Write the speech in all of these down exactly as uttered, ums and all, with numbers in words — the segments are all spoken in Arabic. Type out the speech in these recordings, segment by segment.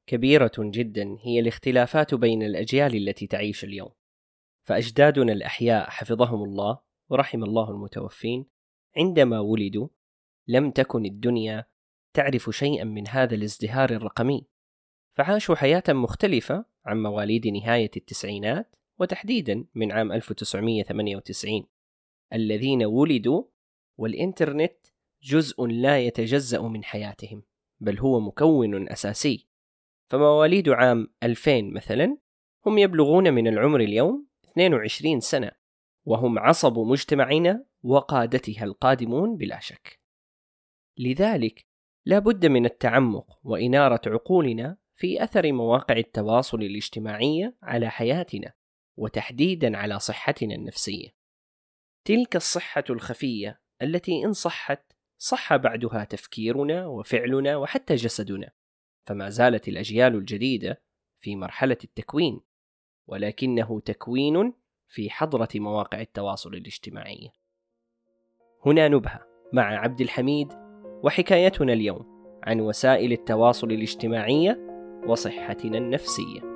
كبيرة جدا هي الاختلافات بين الأجيال التي تعيش اليوم، فأجدادنا الأحياء حفظهم الله ورحم الله المتوفين عندما ولدوا لم تكن الدنيا تعرف شيئا من هذا الازدهار الرقمي، فعاشوا حياة مختلفة عن مواليد نهاية التسعينات وتحديدا من عام ألف وتسعمائة وثمانية وتسعين الذين ولدوا والإنترنت جزء لا يتجزأ من حياتهم، بل هو مكون أساسي. فمواليد عام ألفين مثلا هم يبلغون من العمر اليوم اثنين وعشرين سنة، وهم عصب مجتمعنا وقادتها القادمون بلا شك. لذلك لا بد من التعمق وإنارة عقولنا في أثر مواقع التواصل الاجتماعي على حياتنا، وتحديدا على صحتنا النفسية. تلك الصحة الخفية التي إن صحت صح بعدها تفكيرنا وفعلنا وحتى جسدنا، فما زالت الأجيال الجديدة في مرحلة التكوين، ولكنه تكوين في حضرة مواقع التواصل الاجتماعي. هنا نبهة مع عبد الحميد، وحكايتنا اليوم عن وسائل التواصل الاجتماعي وصحتنا النفسية.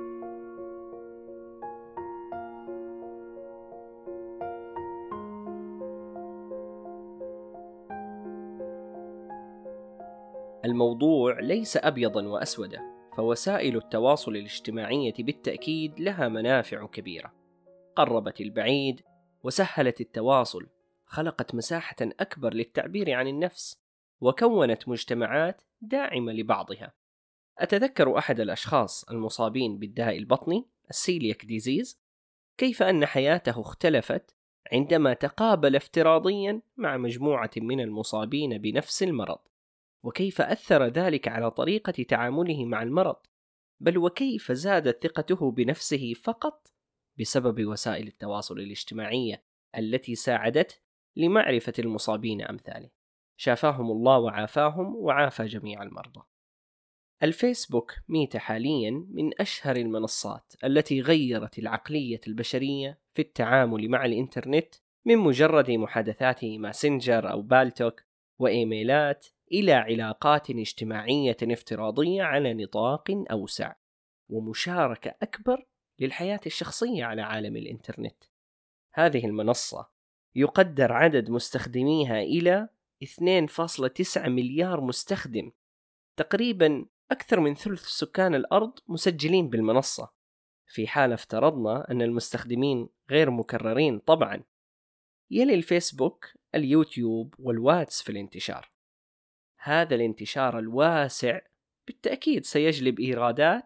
الموضوع ليس أبيضا وأسودا، فوسائل التواصل الاجتماعي بالتأكيد لها منافع كبيرة، قربت البعيد وسهلت التواصل، خلقت مساحة أكبر للتعبير عن النفس، وكونت مجتمعات داعمة لبعضها. أتذكر أحد الأشخاص المصابين بالداء البطني السيلياك ديزيز كيف أن حياته اختلفت عندما تقابل افتراضيا مع مجموعة من المصابين بنفس المرض، وكيف أثر ذلك على طريقة تعامله مع المرض، بل وكيف زادت ثقته بنفسه فقط بسبب وسائل التواصل الاجتماعي التي ساعدته لمعرفة المصابين أمثاله. شافاهم الله وعافاهم وعافى جميع المرضى. الفيسبوك ميتا حاليا من أشهر المنصات التي غيرت العقلية البشرية في التعامل مع الإنترنت، من مجرد محادثات ماسنجر أو بالتوك وإيميلات إلى علاقات اجتماعية افتراضية على نطاق أوسع، ومشاركة أكبر للحياة الشخصية على عالم الإنترنت. هذه المنصة يقدر عدد مستخدميها إلى اثنين فاصلة تسعة مليار مستخدم، تقريبا أكثر من ثلث سكان الأرض مسجلين بالمنصة، في حال افترضنا أن المستخدمين غير مكررين طبعا. يلي الفيسبوك اليوتيوب والواتس في الانتشار. هذا الانتشار الواسع بالتأكيد سيجلب إيرادات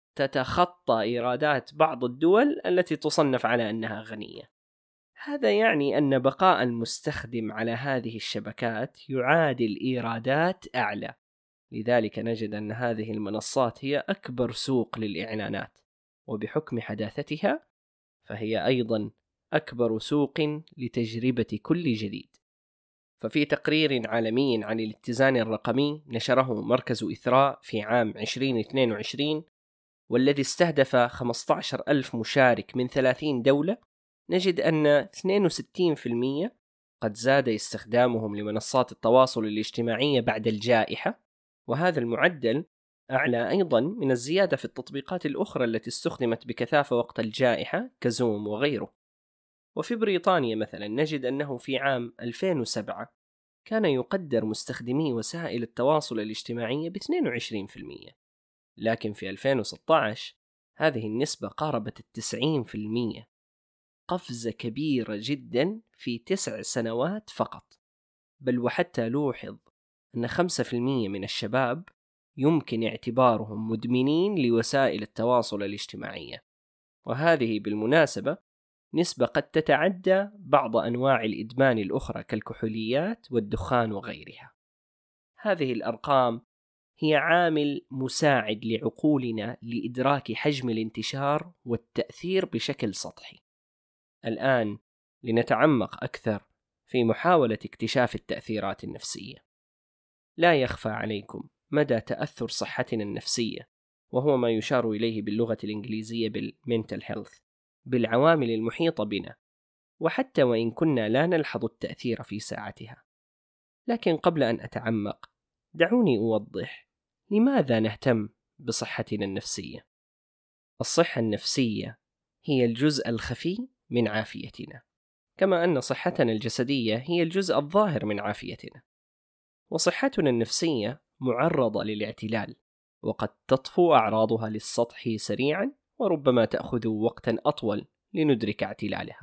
تتخطى إيرادات بعض الدول التي تصنف على أنها غنية. هذا يعني أن بقاء المستخدم على هذه الشبكات يعادل إيرادات أعلى. لذلك نجد أن هذه المنصات هي أكبر سوق للإعلانات، وبحكم حداثتها فهي أيضا أكبر سوق لتجربة كل جديد. ففي تقرير عالمي عن الاتزان الرقمي نشره مركز إثراء في عام عشرين اثنين وعشرين، والذي استهدف خمسة عشر ألف مشارك من ثلاثين دولة، نجد أن اثنين وستين بالمئة قد زاد استخدامهم لمنصات التواصل الاجتماعي بعد الجائحة، وهذا المعدل أعلى أيضا من الزيادة في التطبيقات الأخرى التي استخدمت بكثافة وقت الجائحة كزوم وغيره. وفي بريطانيا مثلا نجد أنه في عام ألفين وسبعة كان يقدر مستخدمي وسائل التواصل الاجتماعي ب اثنين وعشرين بالمئة، لكن في ألفين وستة عشر هذه النسبة قاربت التسعين بالمئة، قفزة كبيرة جدا في تسع سنوات فقط. بل وحتى لوحظ أن خمسة بالمئة من الشباب يمكن اعتبارهم مدمنين لوسائل التواصل الاجتماعي، وهذه بالمناسبة نسبة قد تتعدى بعض أنواع الإدمان الأخرى كالكحوليات والدخان وغيرها. هذه الأرقام هي عامل مساعد لعقولنا لإدراك حجم الانتشار والتأثير بشكل سطحي. الآن لنتعمق أكثر في محاولة اكتشاف التأثيرات النفسية. لا يخفى عليكم مدى تأثر صحتنا النفسية، وهو ما يشار إليه باللغة الإنجليزية بالمنتال هيلث، بالعوامل المحيطة بنا، وحتى وإن كنا لا نلحظ التأثير في ساعتها. لكن قبل أن أتعمق دعوني أوضح لماذا نهتم بصحتنا النفسية. الصحة النفسية هي الجزء الخفي من عافيتنا، كما أن صحتنا الجسدية هي الجزء الظاهر من عافيتنا. وصحتنا النفسية معرضة للاعتلال، وقد تطفو أعراضها للسطح سريعا، وربما تأخذ وقتا أطول لندرك اعتلالها.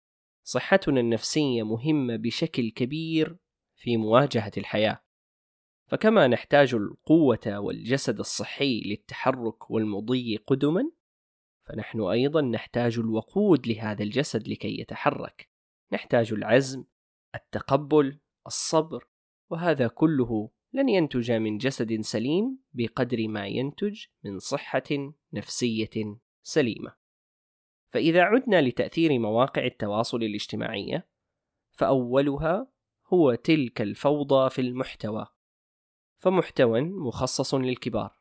صحتنا النفسية مهمة بشكل كبير في مواجهة الحياة، فكما نحتاج القوة والجسد الصحي للتحرك والمضي قدما، فنحن أيضا نحتاج الوقود لهذا الجسد لكي يتحرك. نحتاج العزم، التقبل، الصبر، وهذا كله لن ينتج من جسد سليم بقدر ما ينتج من صحة نفسية سليمة. فإذا عدنا لتأثير مواقع التواصل الاجتماعي، فأولها هو تلك الفوضى في المحتوى، فمحتوى مخصص للكبار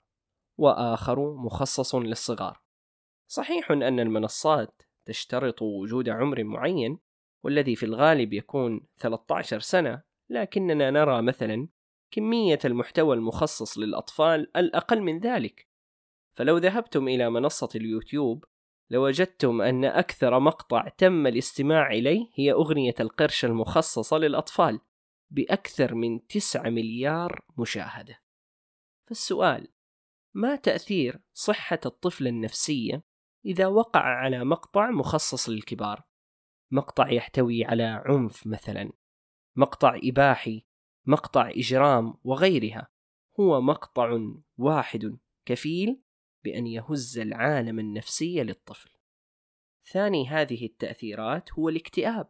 وآخر مخصص للصغار. صحيح أن المنصات تشترط وجود عمر معين، والذي في الغالب يكون ثلاثة عشر سنة، لكننا نرى مثلا كمية المحتوى المخصص للأطفال الأقل من ذلك. فلو ذهبتم إلى منصة اليوتيوب لوجدتم أن أكثر مقطع تم الاستماع إليه هي أغنية القرش المخصصة للأطفال بأكثر من تسعة مليار مشاهدة. فالسؤال: ما تأثير صحة الطفل النفسية إذا وقع على مقطع مخصص للكبار؟ مقطع يحتوي على عنف مثلا، مقطع إباحي، مقطع إجرام وغيرها. هو مقطع واحد كفيل بأن يهز العالم النفسي للطفل. ثاني هذه التأثيرات هو الاكتئاب.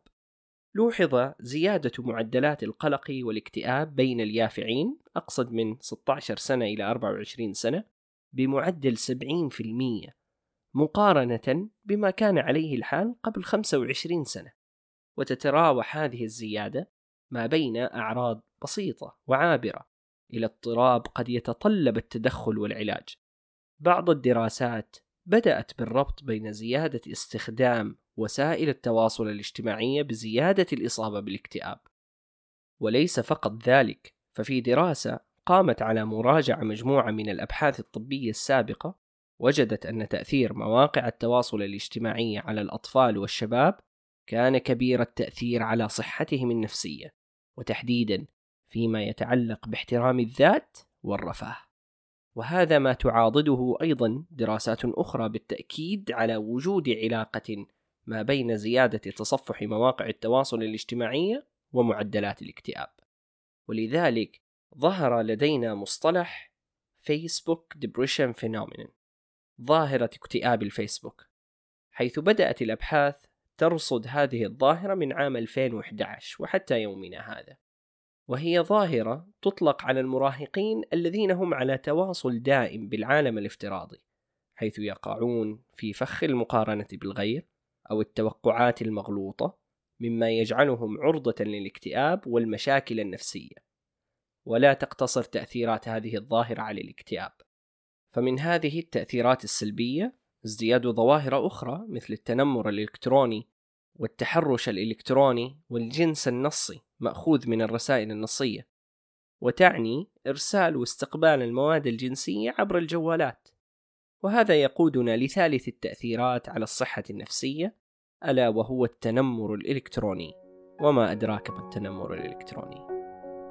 لوحظ زيادة معدلات القلق والاكتئاب بين اليافعين، أقصد من ستة عشر سنة إلى أربعة وعشرين سنة، بمعدل سبعين بالمئة مقارنة بما كان عليه الحال قبل خمسة وعشرين سنة. وتتراوح هذه الزيادة ما بين أعراض بسيطة وعابرة إلى اضطراب قد يتطلب التدخل والعلاج. بعض الدراسات بدأت بالربط بين زيادة استخدام وسائل التواصل الاجتماعي بزيادة الإصابة بالاكتئاب. وليس فقط ذلك، ففي دراسة قامت على مراجعة مجموعة من الأبحاث الطبية السابقة، وجدت أن تأثير مواقع التواصل الاجتماعي على الأطفال والشباب كان كبير التأثير على صحتهم النفسية، وتحديدا فيما يتعلق باحترام الذات والرفاه. وهذا ما تعاضده أيضا دراسات أخرى بالتأكيد على وجود علاقة ما بين زيادة تصفح مواقع التواصل الاجتماعي ومعدلات الاكتئاب. ولذلك ظهر لدينا مصطلح فيسبوك ديبريشن فينومينون، ظاهرة اكتئاب الفيسبوك، حيث بدأت الأبحاث ترصد هذه الظاهرة من عام ألفين وإحدى عشر وحتى يومنا هذا. وهي ظاهرة تطلق على المراهقين الذين هم على تواصل دائم بالعالم الافتراضي، حيث يقعون في فخ المقارنة بالغير أو التوقعات المغلوطة، مما يجعلهم عرضة للاكتئاب والمشاكل النفسية. ولا تقتصر تأثيرات هذه الظاهرة على الاكتئاب، فمن هذه التأثيرات السلبية ازدياد ظواهر أخرى مثل التنمر الإلكتروني والتحرش الإلكتروني والجنس النصي مأخوذ من الرسائل النصية، وتعني إرسال واستقبال المواد الجنسية عبر الجوالات. وهذا يقودنا لثالث التأثيرات على الصحة النفسية، ألا وهو التنمر الإلكتروني. وما أدراك ما التنمر الإلكتروني؟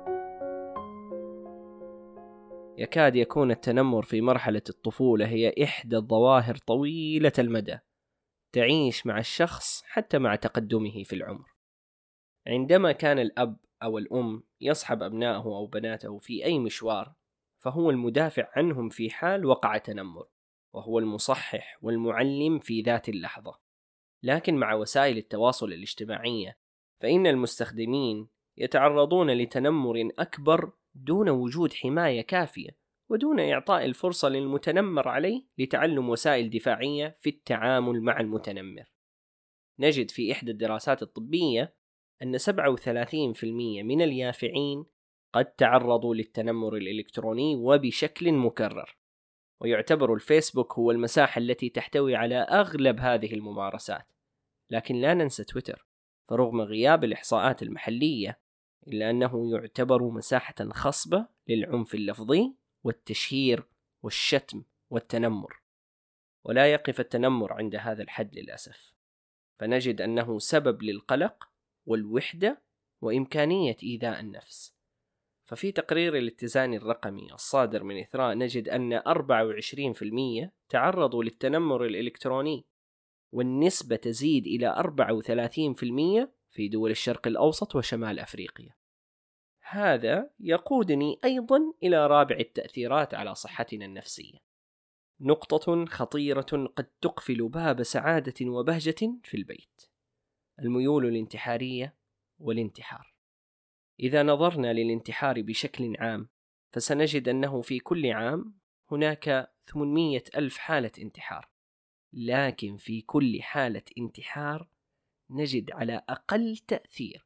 يكاد يكون التنمر في مرحلة الطفولة هي إحدى الظواهر طويلة المدى تعيش مع الشخص حتى مع تقدمه في العمر. عندما كان الأب أو الأم يصحب أبنائه أو بناته في أي مشوار، فهو المدافع عنهم في حال وقع تنمر، وهو المصحح والمعلم في ذات اللحظة. لكن مع وسائل التواصل الاجتماعي فإن المستخدمين يتعرضون لتنمر أكبر دون وجود حماية كافية، ودون إعطاء الفرصة للمتنمر عليه لتعلم وسائل دفاعية في التعامل مع المتنمر. نجد في إحدى الدراسات الطبية أن سبعة وثلاثين بالمئة من اليافعين قد تعرضوا للتنمر الإلكتروني وبشكل مكرر، ويعتبر الفيسبوك هو المساحة التي تحتوي على أغلب هذه الممارسات. لكن لا ننسى تويتر، فرغم غياب الإحصاءات المحلية إلا أنه يعتبر مساحة خصبة للعنف اللفظي والتشهير والشتم والتنمر، ولا يقف التنمر عند هذا الحد للأسف، فنجد أنه سبب للقلق والوحدة وإمكانية إيذاء النفس. ففي تقرير الاتزان الرقمي الصادر من إثراء نجد أن أربعة وعشرين بالمئة تعرضوا للتنمر الإلكتروني، والنسبة تزيد إلى أربعة وثلاثين بالمئة في دول الشرق الأوسط وشمال أفريقيا. هذا يقودني أيضا إلى رابع التأثيرات على صحتنا النفسية، نقطة خطيرة قد تقفل باب سعادة وبهجة في البيت: الميول الانتحارية والانتحار. إذا نظرنا للانتحار بشكل عام فسنجد أنه في كل عام هناك ثمانمئة ألف حالة انتحار، لكن في كل حالة انتحار نجد على أقل تأثير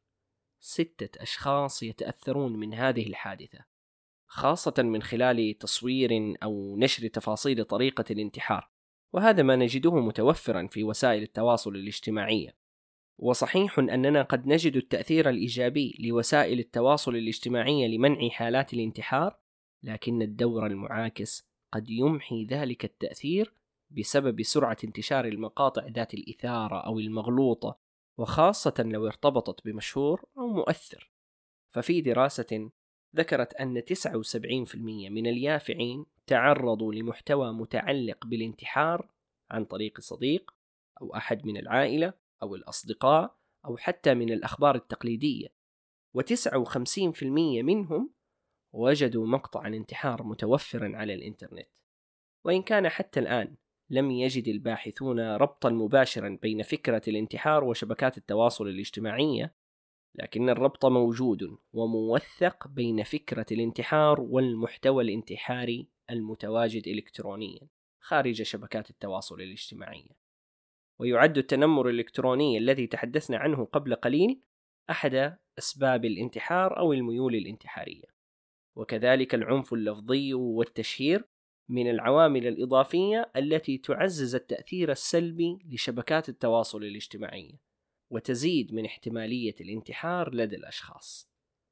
ستة أشخاص يتأثرون من هذه الحادثة، خاصة من خلال تصوير أو نشر تفاصيل طريقة الانتحار، وهذا ما نجده متوفرا في وسائل التواصل الاجتماعي. وصحيح أننا قد نجد التأثير الإيجابي لوسائل التواصل الاجتماعي لمنع حالات الانتحار، لكن الدور المعاكس قد يمحي ذلك التأثير بسبب سرعة انتشار المقاطع ذات الإثارة أو المغلوطة، وخاصة لو ارتبطت بمشهور أو مؤثر. ففي دراسة ذكرت أن تسعة وسبعين بالمئة من اليافعين تعرضوا لمحتوى متعلق بالانتحار عن طريق صديق أو أحد من العائلة أو الأصدقاء أو حتى من الأخبار التقليدية، وتسعة وخمسين بالمئة منهم وجدوا مقطع انتحار متوفرا على الإنترنت. وإن كان حتى الآن لم يجد الباحثون ربطا مباشرا بين فكرة الانتحار وشبكات التواصل الاجتماعي، لكن الربط موجود وموثق بين فكرة الانتحار والمحتوى الانتحاري المتواجد إلكترونيا خارج شبكات التواصل الاجتماعي. ويعد التنمر الإلكتروني الذي تحدثنا عنه قبل قليل أحد أسباب الانتحار أو الميول الانتحارية، وكذلك العنف اللفظي والتشهير من العوامل الإضافية التي تعزز التأثير السلبي لشبكات التواصل الاجتماعي وتزيد من احتمالية الانتحار لدى الأشخاص.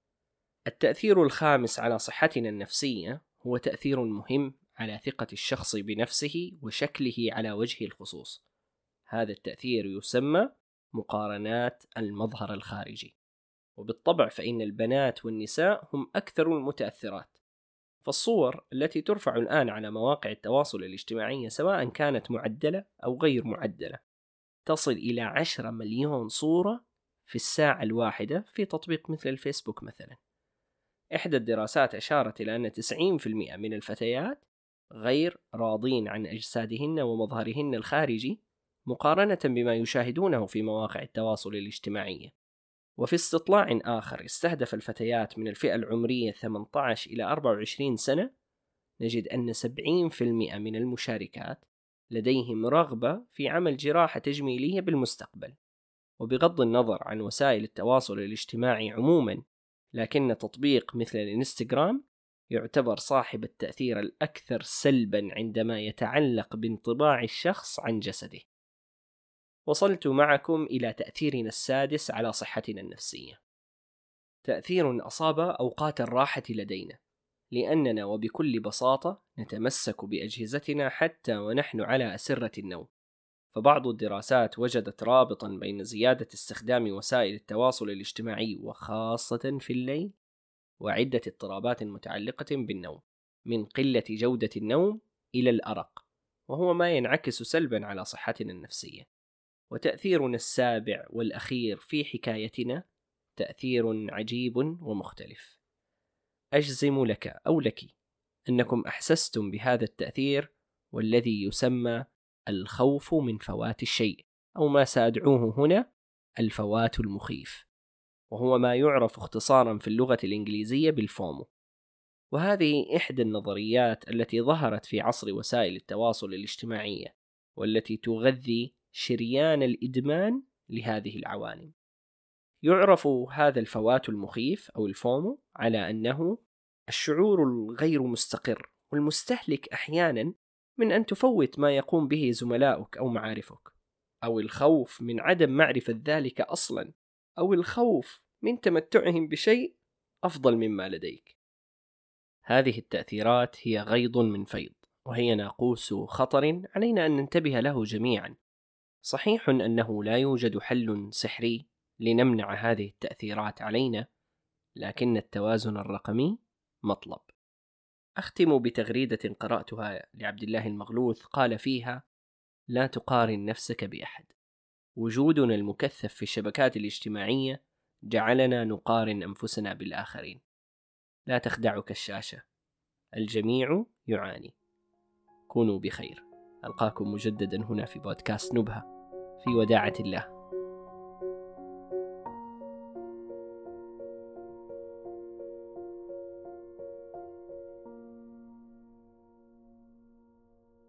التأثير الخامس على صحتنا النفسية هو تأثير مهم على ثقة الشخص بنفسه وشكله على وجه الخصوص. هذا التأثير يسمى مقارنات المظهر الخارجي، وبالطبع فإن البنات والنساء هم أكثر المتأثرات. فالصور التي ترفع الآن على مواقع التواصل الاجتماعي سواء كانت معدلة أو غير معدلة تصل إلى عشرة مليون صورة في الساعة الواحدة في تطبيق مثل الفيسبوك مثلا. إحدى الدراسات أشارت إلى أن تسعين بالمئة من الفتيات غير راضين عن أجسادهن ومظهرهن الخارجي مقارنة بما يشاهدونه في مواقع التواصل الاجتماعي. وفي استطلاع آخر استهدف الفتيات من الفئة العمرية ثمانية عشر إلى أربعة وعشرين سنة نجد أن سبعين بالمئة من المشاركات لديهم رغبة في عمل جراحة تجميلية بالمستقبل. وبغض النظر عن وسائل التواصل الاجتماعي عموما، لكن تطبيق مثل الانستغرام يعتبر صاحب التأثير الأكثر سلبا عندما يتعلق بانطباع الشخص عن جسده. وصلت معكم إلى تأثيرنا السادس على صحتنا النفسية، تأثير أصاب أوقات الراحة لدينا، لأننا وبكل بساطة نتمسك بأجهزتنا حتى ونحن على أسرة النوم. فبعض الدراسات وجدت رابطا بين زيادة استخدام وسائل التواصل الاجتماعي وخاصة في الليل وعدة اضطرابات متعلقة بالنوم، من قلة جودة النوم إلى الأرق، وهو ما ينعكس سلبا على صحتنا النفسية. وتأثيرنا السابع والأخير في حكايتنا تأثير عجيب ومختلف. أجزم لك أو لك أنكم أحسستم بهذا التأثير، والذي يسمى الخوف من فوات الشيء، أو ما سأدعوه هنا الفوات المخيف، وهو ما يعرف اختصارا في اللغة الإنجليزية بالفومو. وهذه إحدى النظريات التي ظهرت في عصر وسائل التواصل الاجتماعي، والتي تغذي شريان الإدمان لهذه العوالم. يعرف هذا الفوات المخيف أو الفومو على أنه الشعور الغير مستقر والمستهلك أحيانا من أن تفوت ما يقوم به زملاؤك أو معارفك، أو الخوف من عدم معرفة ذلك أصلا، أو الخوف من تمتعهم بشيء أفضل مما لديك. هذه التأثيرات هي غيض من فيض، وهي ناقوس خطر علينا أن ننتبه له جميعا. صحيح أنه لا يوجد حل سحري لنمنع هذه التأثيرات علينا، لكن التوازن الرقمي مطلب. أختم بتغريدة قرأتها لعبد الله المغلوث، قال فيها: لا تقارن نفسك بأحد. وجودنا المكثف في الشبكات الاجتماعية جعلنا نقارن أنفسنا بالآخرين. لا تخدعك الشاشة، الجميع يعاني. كونوا بخير. ألقاكم مجددا هنا في بودكاست نبهة، في وداعة الله.